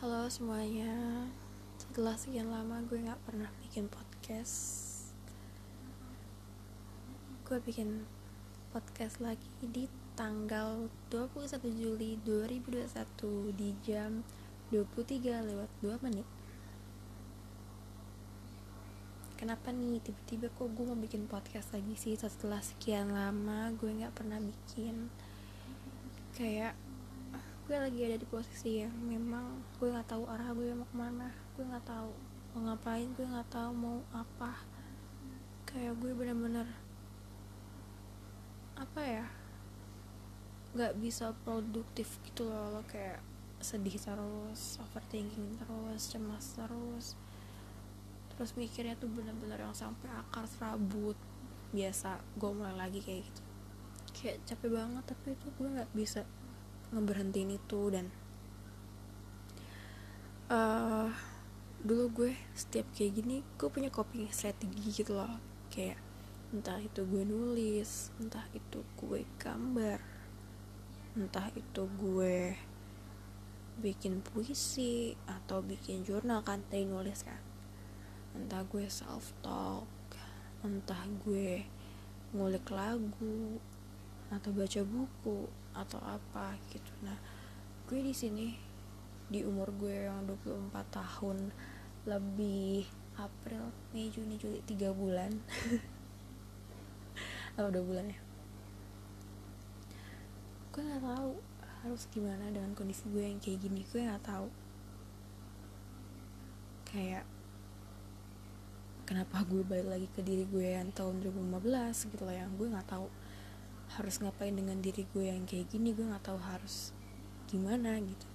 Halo semuanya. Setelah sekian lama gue gak pernah bikin podcast, gue bikin podcast lagi di tanggal 21 Juli 2021 di jam 23:02. Kenapa nih tiba-tiba kok gue mau bikin podcast lagi sih? Setelah sekian lama gue gak pernah bikin. Kayak gue lagi ada di posisi yang memang gue nggak tahu arah gue mau kemana, gue nggak tahu mau ngapain, gue nggak tahu mau apa. Kayak gue bener-bener apa ya, nggak bisa produktif gitu loh. Kayak sedih terus, overthinking terus, cemas terus mikirnya tuh bener-bener yang sampai akar serabut. Biasa gue mulai lagi kayak gitu, kayak capek banget, tapi itu gue nggak bisa ngeberhentiin itu. Dan dulu gue setiap kayak gini gue punya coping strategi gitu loh. Kayak entah itu gue nulis, entah itu gue gambar, entah itu gue bikin puisi atau bikin jurnal, kan tadi nulis kan, entah gue self talk, entah gue ngulik lagu atau baca buku atau apa gitu. Nah, gue di sini di umur gue yang 24 tahun lebih, April, Mei, Juni, Juli, 3 bulan atau 2 bulan ya, gue gak tahu harus gimana dengan kondisi gue yang kayak gini. Gue gak tahu kayak kenapa gue balik lagi ke diri gue yang tahun 2015 gitu loh, yang gue gak tahu harus ngapain dengan diri gue yang kayak gini. Gue gak tahu harus gimana gitu.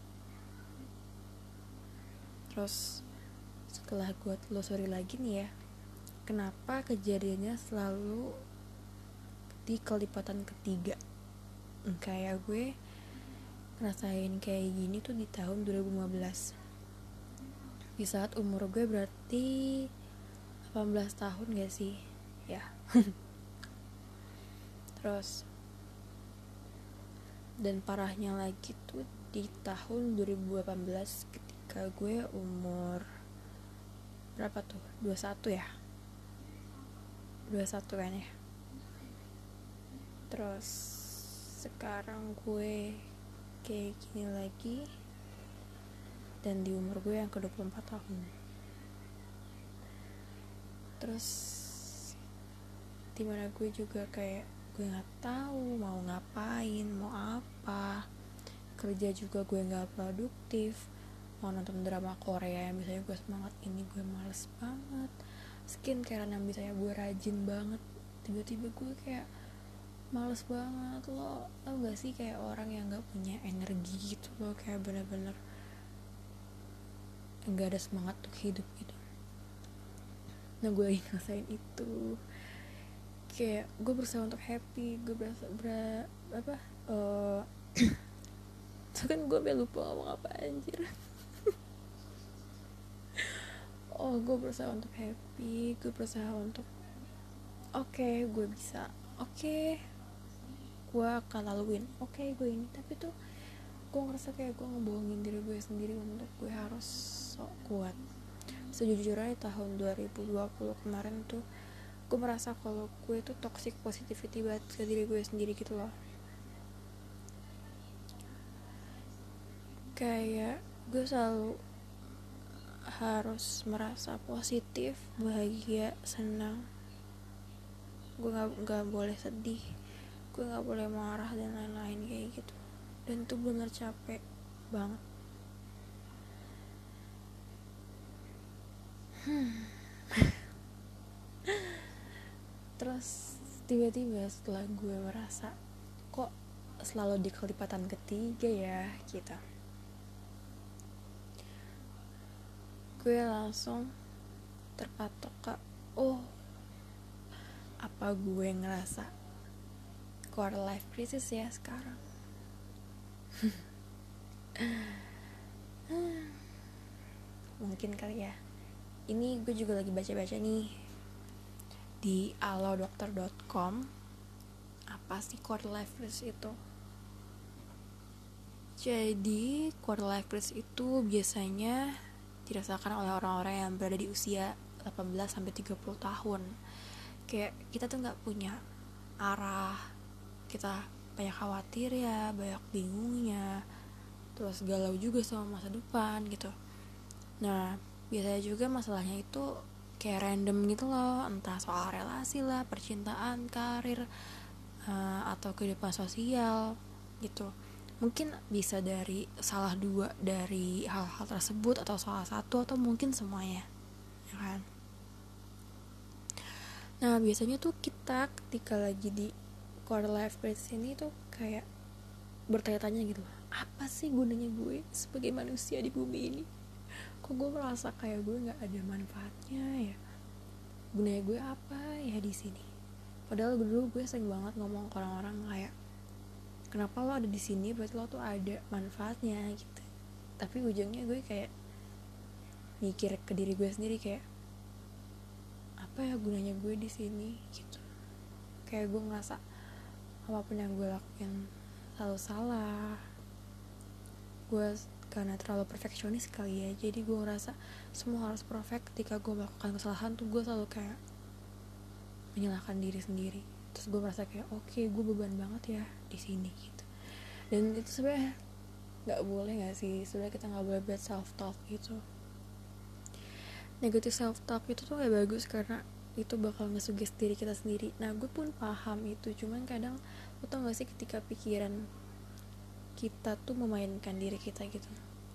Terus setelah gue telusuri lagi nih ya, kenapa kejadiannya selalu di kelipatan ketiga. Kayak gue ngerasain kayak gini tuh di tahun 2015, di saat umur gue berarti 18 tahun gak sih ya. Terus dan parahnya lagi tuh di tahun 2018 ketika gue umur berapa tuh, 21 ya, 21 kan ya. Terus sekarang gue kayak gini lagi, dan di umur gue yang ke 24 tahun. Terus dimana gue juga kayak gue nggak tahu mau ngapain, mau apa. Kerja juga gue nggak produktif. Mau nonton drama Korea yang biasanya gue semangat, ini gue males banget. Skincare yang biasanya gue rajin banget, tiba-tiba gue kayak males banget. Lo tau gak sih kayak orang yang gak punya energi gitu loh, kayak bener-bener gak ada semangat untuk hidup gitu. Nah, gue lagi ngerasain itu. Kayak gue berusaha untuk happy, gue itu kan gue lupa ngomong apa anjir. Gue berusaha untuk happy, gue berusaha untuk oke, gue bisa, oke, gue akan laluin, oke, gue ini. Tapi tuh gue ngerasa kayak gue ngebohongin diri gue sendiri untuk gue harus sok kuat. Sejujurnya tahun 2020 kemarin tuh gue merasa kalau gue tuh toxic positivity banget ke diri gue sendiri gitu loh. Kayak gue selalu harus merasa positif, bahagia, senang. Gue nggak boleh sedih, gue nggak boleh marah dan lain-lain kayak gitu. Dan itu benar capek banget. Terus tiba-tiba setelah gue merasa kok selalu di kelipatan ketiga ya gitu, gue langsung terpatok ke apa gue ngerasa quarter life crisis ya sekarang. Mungkin kali ya. Ini gue juga lagi baca-baca nih di alodokter.com apa sih quarter life crisis itu. Jadi quarter life crisis itu biasanya dirasakan oleh orang-orang yang berada di usia 18-30 tahun. Kayak kita tuh gak punya arah, kita banyak khawatir ya, banyak bingungnya, terus galau juga sama masa depan gitu. Nah, biasanya juga masalahnya itu kayak random gitu loh, entah soal relasi lah, percintaan, karir, atau kehidupan sosial gitu. Mungkin bisa dari salah dua dari hal-hal tersebut, atau salah satu, atau mungkin semuanya, ya kan? Nah, biasanya tuh kita ketika lagi di quarter life crisis ini tuh kayak bertanya-tanya gitu, apa sih gunanya gue sebagai manusia di bumi ini? Kok gue merasa kayak gue nggak ada manfaatnya ya? Gunanya gue apa ya di sini? Padahal dulu gue sering banget ngomong ke orang-orang kayak, kenapa lo ada di sini, berarti lo tuh ada manfaatnya gitu. Tapi ujungnya gue kayak mikir ke diri gue sendiri kayak, apa ya gunanya gue di sini gitu. Kayak gue ngerasa apapun yang gue lakuin selalu salah. Gue karena terlalu perfeksionis kali ya, jadi gue ngerasa semua harus perfect. Ketika gue melakukan kesalahan tuh gue selalu kayak menyalahkan diri sendiri. Terus gue merasa kayak oke, gue beban banget ya di sini gitu. Dan itu sebenarnya nggak boleh nggak sih, sebenarnya kita nggak boleh bad self talk gitu. Negative self talk itu tuh gak bagus karena itu bakal ngesugesti diri kita sendiri. Nah, gue pun paham itu, cuman kadang lo tau gak sih ketika pikiran kita tuh memainkan diri kita gitu.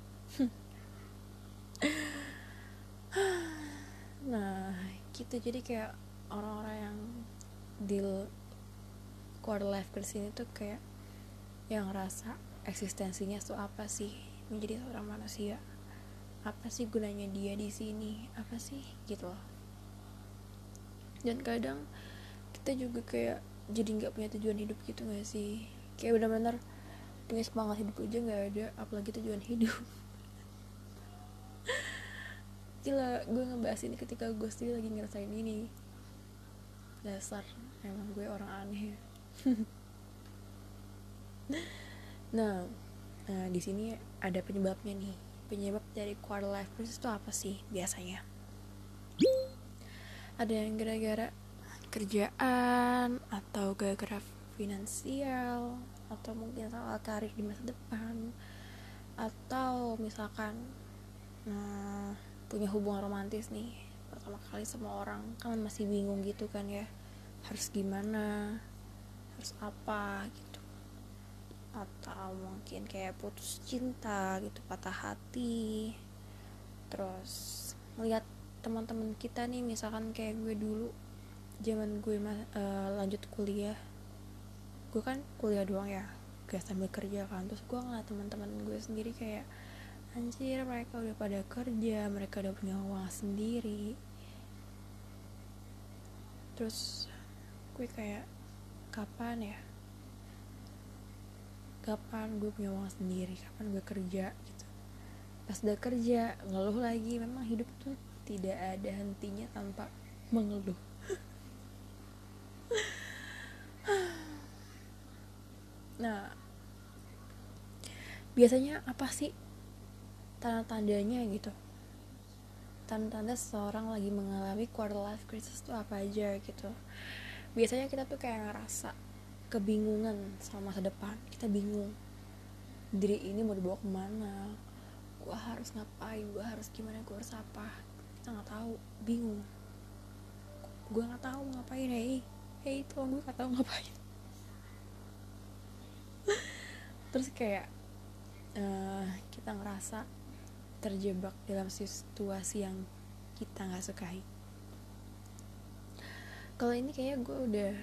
Nah, gitu. Jadi kayak orang-orang yang deal quarter life crisis ini tuh kayak yang ngerasa eksistensinya tuh apa sih menjadi seorang manusia, apa sih gunanya dia di sini, apa sih gitu loh. Dan kadang kita juga kayak jadi nggak punya tujuan hidup gitu nggak sih, kayak benar-benar punya semangat hidup aja nggak ada, apalagi tujuan hidup. Gila, gue ngebahas ini ketika gue sendiri lagi ngerasain ini. Dasar emang gue orang aneh. Nah, di sini ada penyebabnya nih. Penyebab dari quarter life crisis itu apa sih biasanya? Ada yang gara-gara kerjaan, atau gara-gara finansial, atau mungkin soal karir di masa depan, atau misalkan punya hubungan romantis nih pertama kali sama orang, kan masih bingung gitu kan ya, harus gimana, harus apa gitu. Atau mungkin kayak putus cinta gitu, patah hati. Terus melihat teman-teman kita nih, misalkan kayak gue dulu zaman gue lanjut kuliah, gue kan kuliah doang ya, gak sambil kerja kan. Terus gue ngeliat teman-teman gue sendiri kayak, anjir, mereka udah pada kerja, mereka udah punya uang sendiri. Terus gue kayak, kapan gue punya uang sendiri, kapan gue kerja gitu. Pas udah kerja ngeluh lagi. Memang hidup tuh tidak ada hentinya tanpa mengeluh. Nah, biasanya apa sih tanda-tandanya gitu, tanda-tanda seseorang lagi mengalami quarter life crisis tuh apa aja gitu. Biasanya kita tuh kayak ngerasa kebingungan sama masa depan. Kita bingung, diri ini mau dibawa kemana, gue harus ngapain, gue harus gimana, gue harus apa. Kita nggak tahu, bingung. Gue nggak tahu ngapain. Hey, tolong, gue nggak tahu ngapain. Terus kayak kita ngerasa terjebak dalam situasi yang kita nggak sukai. Kalau ini kayak gue udah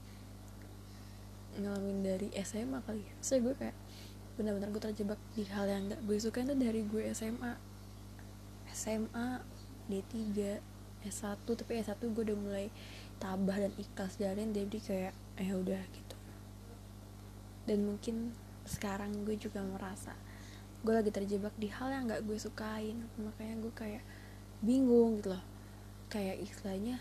ngalamin dari SMA kali ya. Soalnya gue kayak benar-benar gue terjebak di hal yang gak gue suka itu dari gue SMA D3 S1. Tapi S1 gue udah mulai tabah dan ikhlas jalanin, jadi kayak udah gitu. Dan mungkin sekarang gue juga merasa gue lagi terjebak di hal yang gak gue sukain. Makanya gue kayak bingung gitu loh. Kayak istilahnya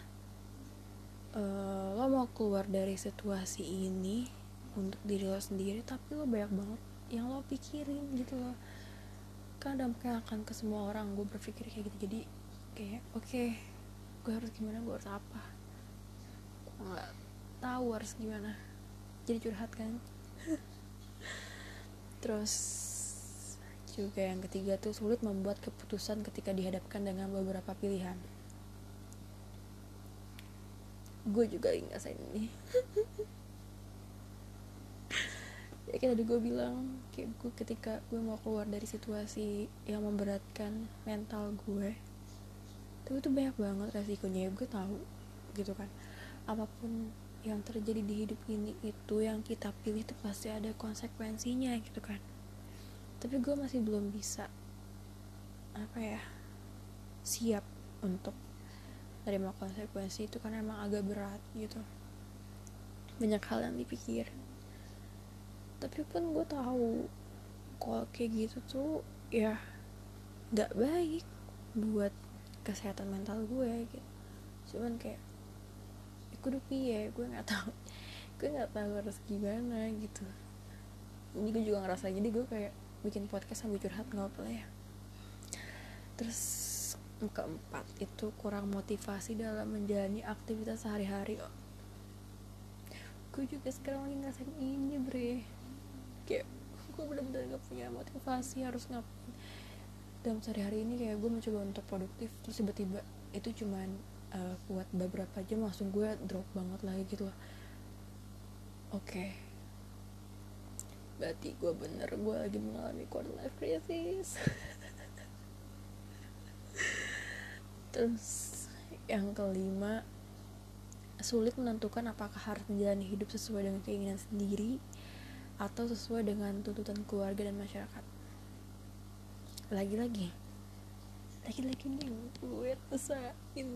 lo mau keluar dari situasi ini untuk diri lo sendiri, tapi lo banyak banget yang lo pikirin gitu loh. Kan dampaknya akan ke semua orang. Gue berpikir kayak gitu. Jadi kayak oke, gue harus gimana, gue harus apa, gue nggak tahu harus gimana. Jadi curhat kan. Terus juga yang ketiga tuh, sulit membuat keputusan ketika dihadapkan dengan beberapa pilihan. Gue juga ngerasain ini. Ya kayak tadi gue bilang, kayak gue ketika gue mau keluar dari situasi yang memberatkan mental gue, tapi itu banyak banget resikonya. Ya gue tahu gitu kan, apapun yang terjadi di hidup ini, itu yang kita pilih itu pasti ada konsekuensinya gitu kan. Tapi gue masih belum bisa siap untuk terima konsekuensi itu, karena emang agak berat gitu, banyak hal yang dipikir. Tapi pun gue tahu kalau kayak gitu tuh ya nggak baik buat kesehatan mental gue gitu. Cuman kayak kudu piye, gue nggak tahu harus gimana gitu. Ini gue juga ngerasa, jadi gue kayak bikin podcast sambil curhat, nggak apa ya. Terus keempat itu, kurang motivasi dalam menjalani aktivitas sehari-hari. Gue juga sekarang lagi ngerasain ini bre, kayak gue bener-bener gak punya motivasi harus ngapain dalam sehari-hari ini. Kayak gue mencoba untuk produktif, terus tiba-tiba itu cuman buat beberapa jam langsung gue drop banget lagi gitu loh. Oke, berarti gue lagi mengalami quarter life crisis. Terus yang kelima, sulit menentukan apakah harus menjalani hidup sesuai dengan keinginan sendiri atau sesuai dengan tuntutan keluarga dan masyarakat. Lagi-lagi nih gue rasain.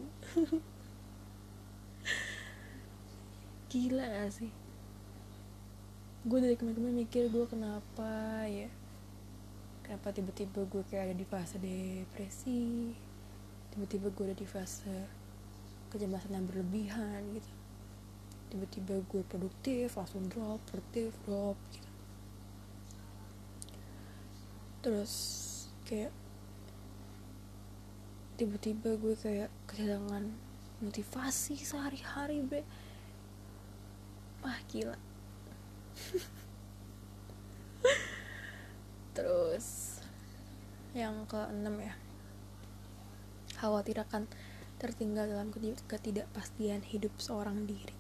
Gila gak sih? Gue dari kemarin mikir, gue kenapa tiba-tiba gue kayak ada di fase depresi, tiba-tiba gue ada di fase kecemasan yang berlebihan gitu, tiba-tiba gue produktif langsung drop gitu. Terus kayak tiba-tiba gue kayak kehilangan motivasi sehari-hari bre. Gila. Terus yang keenam ya, khawatir akan tertinggal dalam ketidakpastian hidup seorang diri.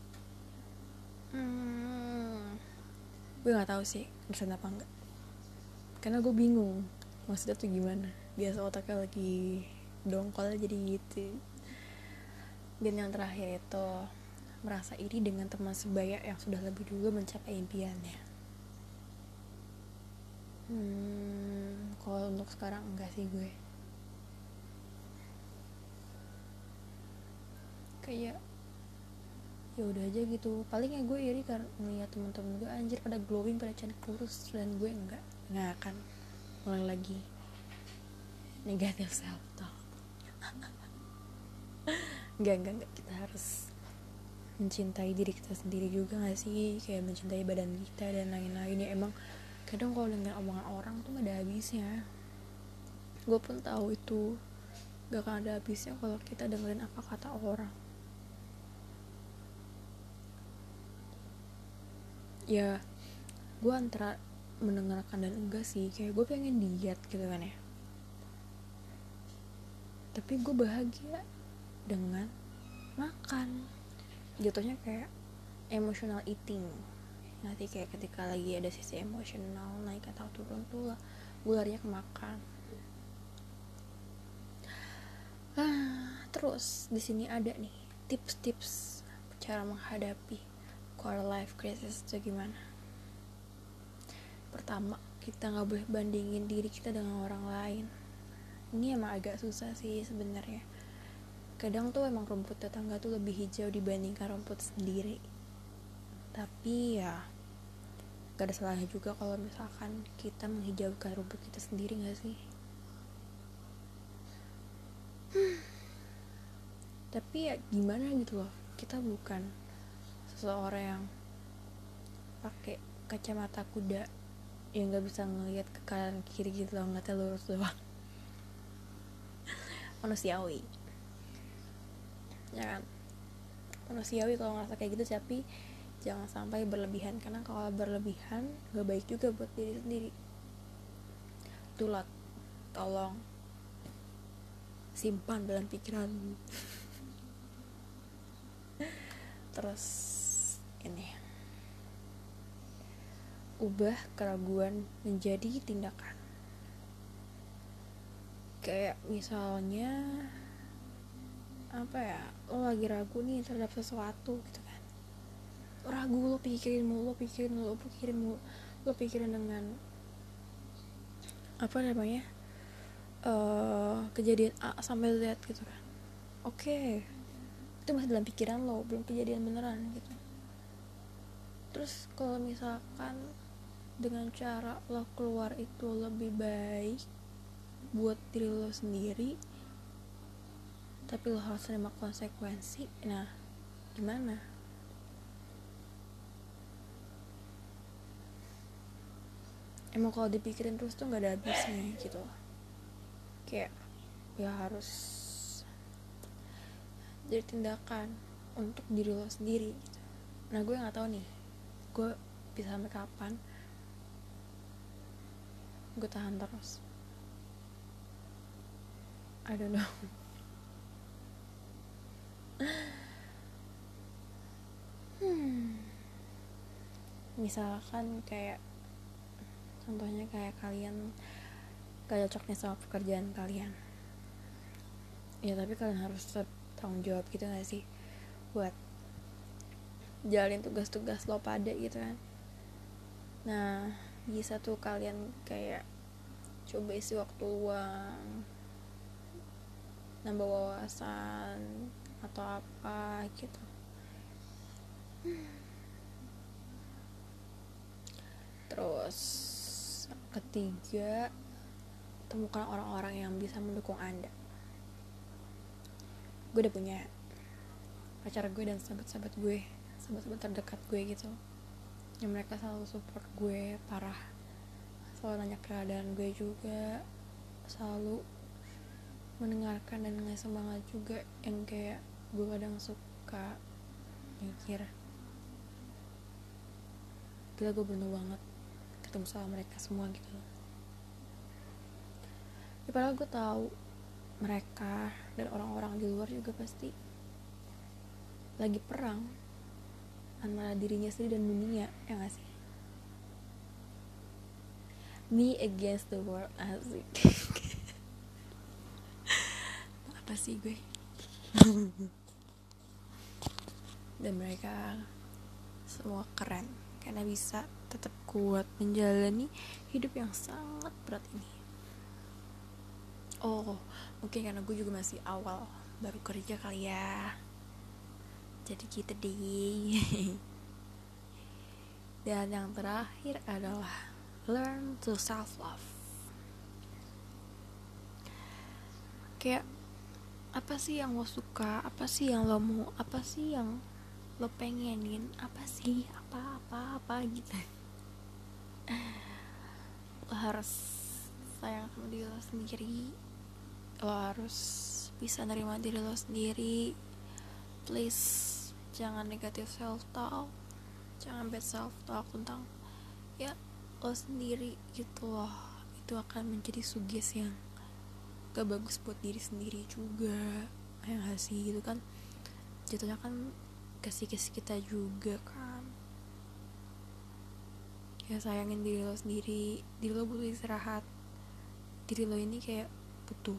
Gue nggak tahu sih ngerasain apa enggak, karena gue bingung maksudnya tuh gimana. Biasa otaknya lagi dongkol jadi gitu. Dan yang terakhir itu, merasa iri dengan teman sebaya yang sudah lebih dulu mencapai impiannya. Kalau untuk sekarang enggak sih gue. Kayak ya udah aja gitu. Paling ya gue iri karena melihat teman-teman gue anjir pada glowing, pada cantik kurus, dan gue enggak. Nggak akan mulai lagi negative self talk. Enggak, kita harus mencintai diri kita sendiri juga gak sih? Kayak mencintai badan kita dan lain-lain. Ya emang kadang kalau dengan omongan orang tuh gak ada habisnya. Gue pun tahu itu gak akan ada habisnya kalau kita dengerin apa kata orang. Ya gue antara mendengarkan dan enggak sih. Kayak gue pengen diet gitu kan ya, tapi gue bahagia dengan makan. Jatuhnya kayak emotional eating. Nanti kayak ketika lagi ada sisi emosional naik atau turun tuh gue larinya ke makan. Terus di sini ada nih tips-tips cara menghadapi quarter life crisis itu gimana. Pertama, kita nggak boleh bandingin diri kita dengan orang lain. Ini emang agak susah sih sebenarnya. Kadang tuh emang rumput tetangga tuh lebih hijau dibandingkan rumput sendiri. Tapi ya gak ada salahnya juga kalau misalkan kita menghijaukan rumput kita sendiri, gak sih? Tapi ya gimana gitu loh, kita bukan seseorang yang pakai kacamata kuda ya nggak bisa ngelihat ke kanan kiri gitu loh, ngeliatnya lurus doang. Manusiawi ya kan, manusiawi kalau ngerasa kayak gitu, tapi jangan sampai berlebihan, karena kalau berlebihan gak baik juga buat diri sendiri. Tulat, tolong simpan dalam pikiran. Terus ini, ubah keraguan menjadi tindakan. Kayak misalnya apa ya, lo lagi ragu nih terhadap sesuatu gitu kan, ragu, lo pikirin mulu, lo pikirin dengan apa namanya, kejadian A sampai Z gitu kan. Oke, itu masih dalam pikiran lo, belum kejadian beneran gitu. Terus kalau misalkan dengan cara lo keluar itu lebih baik buat diri lo sendiri, tapi lo harus terima konsekuensi, nah gimana? Emang kalau dipikirin terus tuh gak ada habisnya gitu. Kayak ya harus jadi tindakan untuk diri lo sendiri gitu. Nah gue nggak tahu nih, gue bisa sampai kapan gue tahan terus. I don't know. Misalkan kayak contohnya kayak kalian gak cocok nih sama pekerjaan kalian, ya tapi kalian harus tanggung jawab gitu gak sih buat jalin tugas-tugas lo pada gitu kan. Nah bisa tuh kalian kayak coba isi waktu luang, nambah wawasan atau apa gitu. Terus ketiga, temukan orang-orang yang bisa mendukung Anda. Gue udah punya pacar gue dan sahabat-sahabat terdekat gue gitu, yang mereka selalu support gue parah, selalu nanya keadaan gue juga, selalu mendengarkan dan ngasih semangat juga. Yang kayak gue kadang suka mikir, gila gue beruntung banget ketemu sama mereka semua gitu. Ya, padahal gue tahu mereka dan orang-orang di luar juga pasti lagi perang antara dirinya sendiri dan dunia, ya gak sih? Me against the world, asik. Apa sih gue? Dan mereka semua keren karena bisa tetap kuat menjalani hidup yang sangat berat ini. Oh, mungkin karena gue juga masih awal baru kerja kali ya, jadi gitu deh. Dan yang terakhir adalah learn to self love. Kayak apa sih yang lo suka, apa sih yang lo mau, apa sih yang lo pengenin, apa sih, apa gitu. Lo harus sayang sama diri lo sendiri, lo harus bisa nerima diri lo sendiri. Please jangan negative self talk, jangan bad self talk tentang ya lo sendiri gitu loh. Itu akan menjadi suges yang gak bagus buat diri sendiri juga, yang hasil gitu kan, jatuhnya kan kasih kita juga kan. Ya sayangin diri lo sendiri, diri lo butuh istirahat, diri lo ini kayak butuh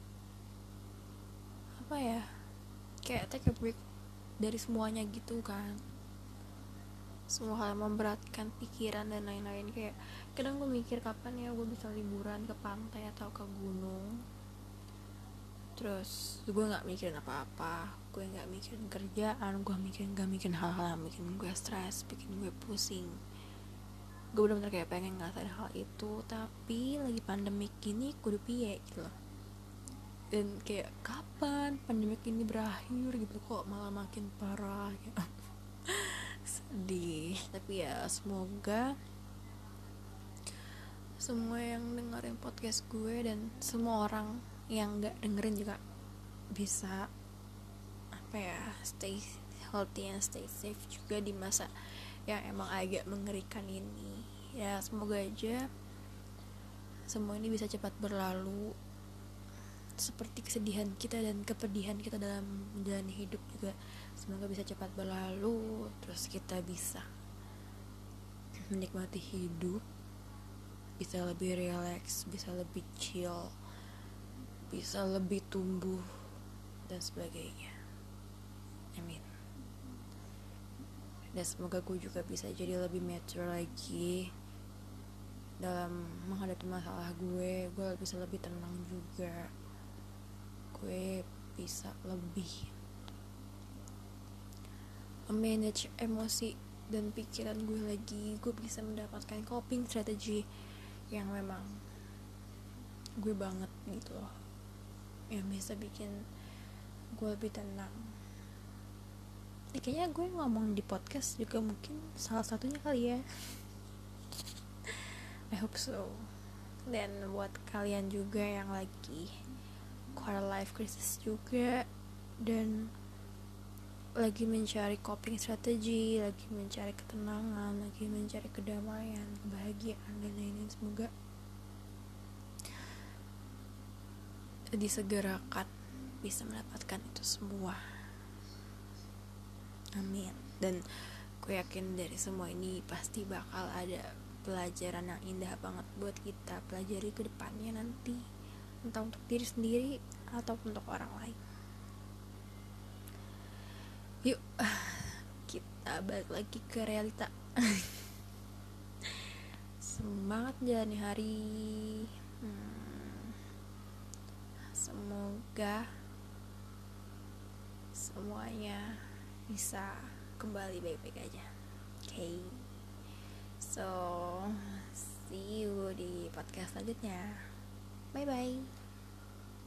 apa ya, kayak take a break dari semuanya gitu kan, semua hal yang memberatkan pikiran dan lain-lain. Kayak kadang gue mikir kapan ya gue bisa liburan ke pantai atau ke gunung, terus gue nggak mikirin apa-apa, gue nggak mikirin kerjaan, gue nggak mikirin hal-hal yang bikin gue stres, bikin gue pusing. Gue bener-bener kayak pengen ngerasain hal itu, tapi lagi pandemik gini kudu piye gitu loh. Dan kayak kapan pandemik ini berakhir gitu, kok malah makin parah gitu. Sedih. Tapi ya semoga semua yang dengerin podcast gue dan semua orang yang gak dengerin juga bisa stay healthy and stay safe juga di masa yang emang agak mengerikan ini. Ya semoga aja semua ini bisa cepat berlalu, seperti kesedihan kita dan kepedihan kita dalam menjalani hidup juga semoga bisa cepat berlalu, terus kita bisa menikmati hidup, bisa lebih relax, bisa lebih chill, bisa lebih tumbuh dan sebagainya. Amin. Dan semoga gue juga bisa jadi lebih mature lagi dalam menghadapi masalah gue bisa lebih tenang juga, gue bisa lebih manage emosi dan pikiran gue lagi, gue bisa mendapatkan coping strategi yang memang gue banget gitu loh, yang bisa bikin gue lebih tenang. Kayaknya gue ngomong di podcast juga mungkin salah satunya kali ya. I hope so. Dan buat kalian juga yang lagi quarter life crisis juga dan lagi mencari coping strategi, lagi mencari ketenangan, lagi mencari kedamaian, kebahagiaan dan lain-lain, semoga disegerakan bisa mendapatkan itu semua. Amin. Dan gue yakin dari semua ini pasti bakal ada pelajaran yang indah banget buat kita pelajari ke depannya nanti, entah untuk diri sendiri atau untuk orang lain. Yuk kita balik lagi ke realita. Semangat jalani hari. Semoga semuanya bisa kembali baik-baik aja. Okay. So see you di podcast selanjutnya. Bye bye.